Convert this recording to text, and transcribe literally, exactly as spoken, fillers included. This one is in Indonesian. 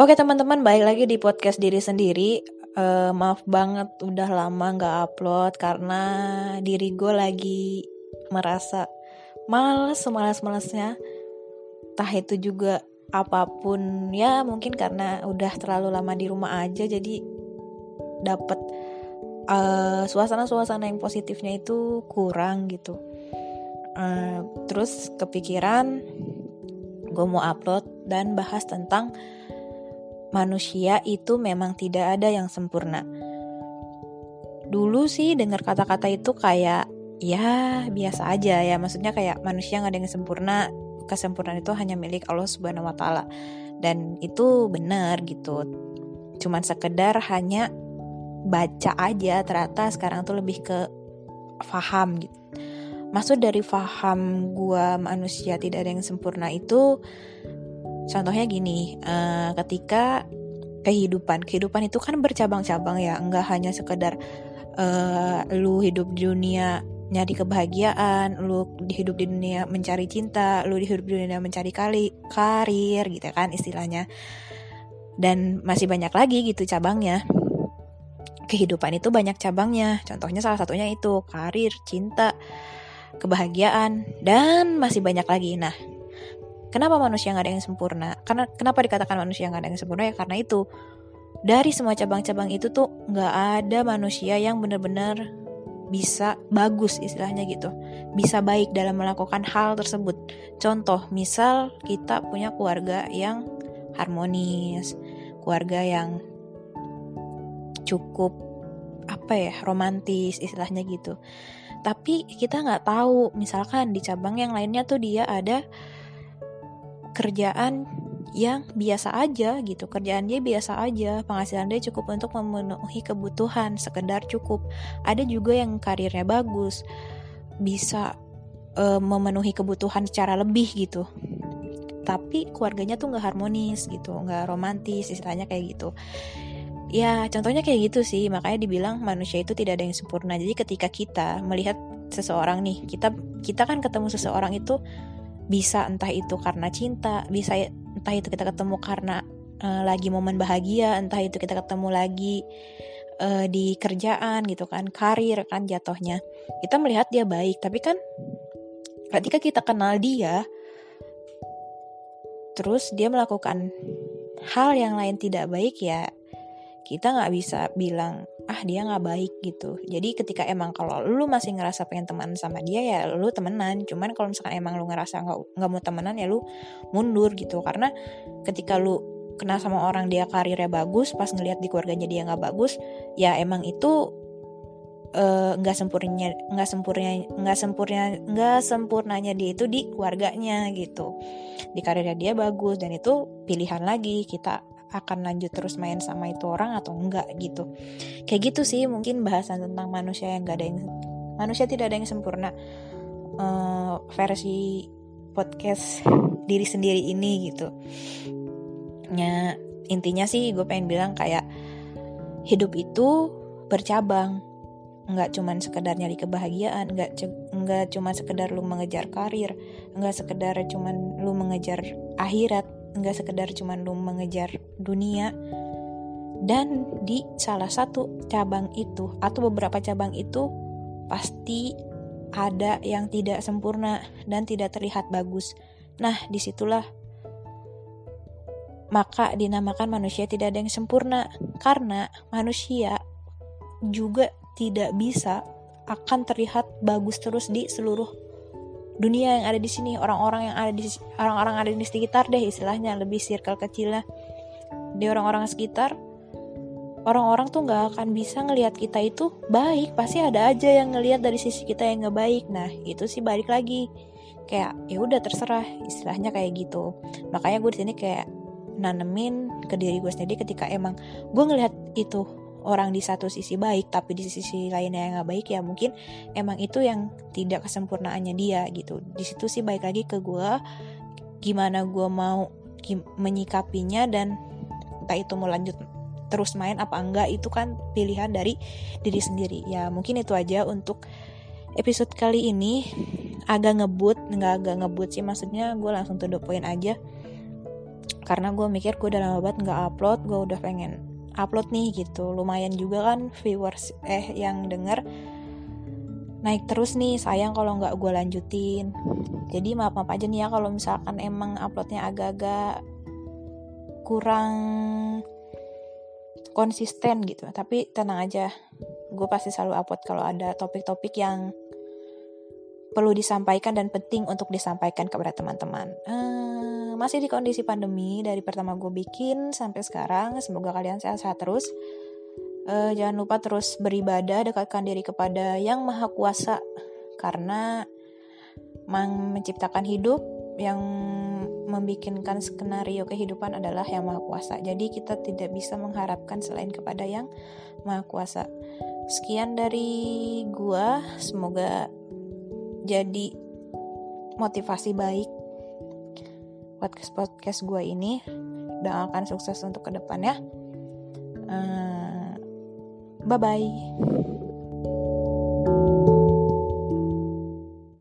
Oke teman-teman, balik lagi di podcast diri sendiri. uh, Maaf banget udah lama gak upload karena diri gue lagi merasa males, semalas-malesnya. Entah itu juga apapun, ya mungkin karena udah terlalu lama di rumah aja, jadi dapet uh, suasana-suasana yang positifnya itu kurang gitu. uh, Terus kepikiran gue mau upload dan bahas tentang manusia itu memang tidak ada yang sempurna. Dulu sih dengar kata-kata itu kayak ya biasa aja ya, maksudnya kayak manusia gak ada yang sempurna, kesempurnaan itu hanya milik Allah Subhanahu Wa Taala. Dan itu benar gitu, cuman sekedar hanya baca aja. Ternyata sekarang tuh lebih ke faham gitu. Maksud dari faham gua manusia tidak ada yang sempurna itu, contohnya gini, uh, ketika kehidupan, kehidupan itu kan bercabang-cabang ya, nggak hanya sekedar uh, lu hidup di dunia nyari kebahagiaan, lu hidup di dunia mencari cinta, lu hidup di dunia mencari kali, karir gitu kan istilahnya. Dan masih banyak lagi gitu cabangnya. Kehidupan itu banyak cabangnya, contohnya salah satunya itu karir, cinta, kebahagiaan, dan masih banyak lagi. Nah, kenapa manusia gak ada yang sempurna? Karena kenapa dikatakan manusia gak ada yang sempurna? Ya karena itu, dari semua cabang-cabang itu tuh gak ada manusia yang benar-benar bisa bagus istilahnya gitu, bisa baik dalam melakukan hal tersebut. Contoh, misal kita punya keluarga yang harmonis, keluarga yang cukup apa ya, romantis istilahnya gitu. Tapi kita gak tahu, misalkan di cabang yang lainnya tuh dia ada kerjaan yang biasa aja gitu, kerjaan dia biasa aja, penghasilan dia cukup untuk memenuhi kebutuhan, sekedar cukup. Ada juga yang karirnya bagus, bisa e, memenuhi kebutuhan secara lebih gitu, tapi keluarganya tuh gak harmonis gitu, gak romantis istilahnya kayak gitu. Ya contohnya kayak gitu sih, makanya dibilang manusia itu tidak ada yang sempurna. Jadi ketika kita melihat seseorang nih, kita kita kan ketemu seseorang itu bisa entah itu karena cinta, bisa entah itu kita ketemu karena uh, lagi momen bahagia, entah itu kita ketemu lagi uh, di kerjaan gitu kan, karir kan jatuhnya. Kita melihat dia baik, tapi kan ketika kita kenal dia, terus dia melakukan hal yang lain tidak baik, ya kita gak bisa bilang ah dia gak baik gitu. Jadi ketika emang kalau lu masih ngerasa pengen temenan sama dia, ya lu temenan. Cuman kalau misalkan emang lu ngerasa gak, gak mau temenan, ya lu mundur gitu. Karena ketika lu kenal sama orang dia karirnya bagus, pas ngelihat di keluarganya dia gak bagus, ya emang itu uh, gak sempurnanya gak sempurnanya gak sempurna gak sempurnanya dia itu di keluarganya gitu. Di karirnya dia bagus, dan itu pilihan lagi, kita akan lanjut terus main sama itu orang atau enggak gitu. Kayak gitu sih mungkin bahasan tentang manusia yang gak ada yang manusia tidak ada yang sempurna, uh, versi podcast diri sendiri ini gitu. Ya intinya sih gue pengen bilang kayak hidup itu bercabang, nggak cuman sekedar nyari kebahagiaan, nggak nggak cuma sekedar lu mengejar karir, nggak sekedar cuman lu mengejar akhirat, nggak sekedar cuman lu mengejar dunia. Dan di salah satu cabang itu atau beberapa cabang itu pasti ada yang tidak sempurna dan tidak terlihat bagus. Nah disitulah maka dinamakan manusia tidak ada yang sempurna, karena manusia juga tidak bisa akan terlihat bagus terus di seluruh dunia yang ada di sini. Orang-orang yang ada di orang-orang ada di sekitar deh istilahnya, lebih circle kecil lah. Di orang-orang sekitar, orang-orang tuh nggak akan bisa ngelihat kita itu baik, pasti ada aja yang ngelihat dari sisi kita yang nggak baik. Nah itu sih balik lagi kayak ya udah terserah istilahnya kayak gitu. Makanya gue di sini kayak nanemin ke diri gue sendiri, ketika emang gue ngelihat itu orang di satu sisi baik tapi di sisi lainnya yang gak baik, ya mungkin emang itu yang tidak kesempurnaannya dia gitu. Di situ sih balik lagi ke gue, gimana gue mau gim- menyikapinya, dan entah itu mau lanjut terus main apa enggak, itu kan pilihan dari diri sendiri. Ya mungkin itu aja untuk episode kali ini. Agak ngebut, nggak agak ngebut sih, maksudnya gue langsung to the point aja karena gue mikir gue udah lama banget nggak upload, gue udah pengen upload nih gitu. Lumayan juga kan viewers eh yang denger naik terus nih, sayang kalau nggak gue lanjutin. Jadi maaf maaf aja nih ya kalau misalkan emang uploadnya agak-agak kurang konsisten gitu. Tapi tenang aja, gue pasti selalu upload kalau ada topik-topik yang perlu disampaikan dan penting untuk disampaikan kepada teman-teman. Ehm, masih di kondisi pandemi dari pertama gue bikin sampai sekarang. Semoga kalian sehat-sehat terus. Ehm, jangan lupa terus beribadah, dekatkan diri kepada Yang Maha Kuasa, karena Mang menciptakan hidup, yang membikinkan skenario kehidupan adalah Yang Maha Kuasa. Jadi kita tidak bisa mengharapkan selain kepada Yang Maha Kuasa. Sekian dari gua, semoga jadi motivasi baik podcast-podcast gue ini, dan akan sukses untuk kedepannya. uh, Bye-bye.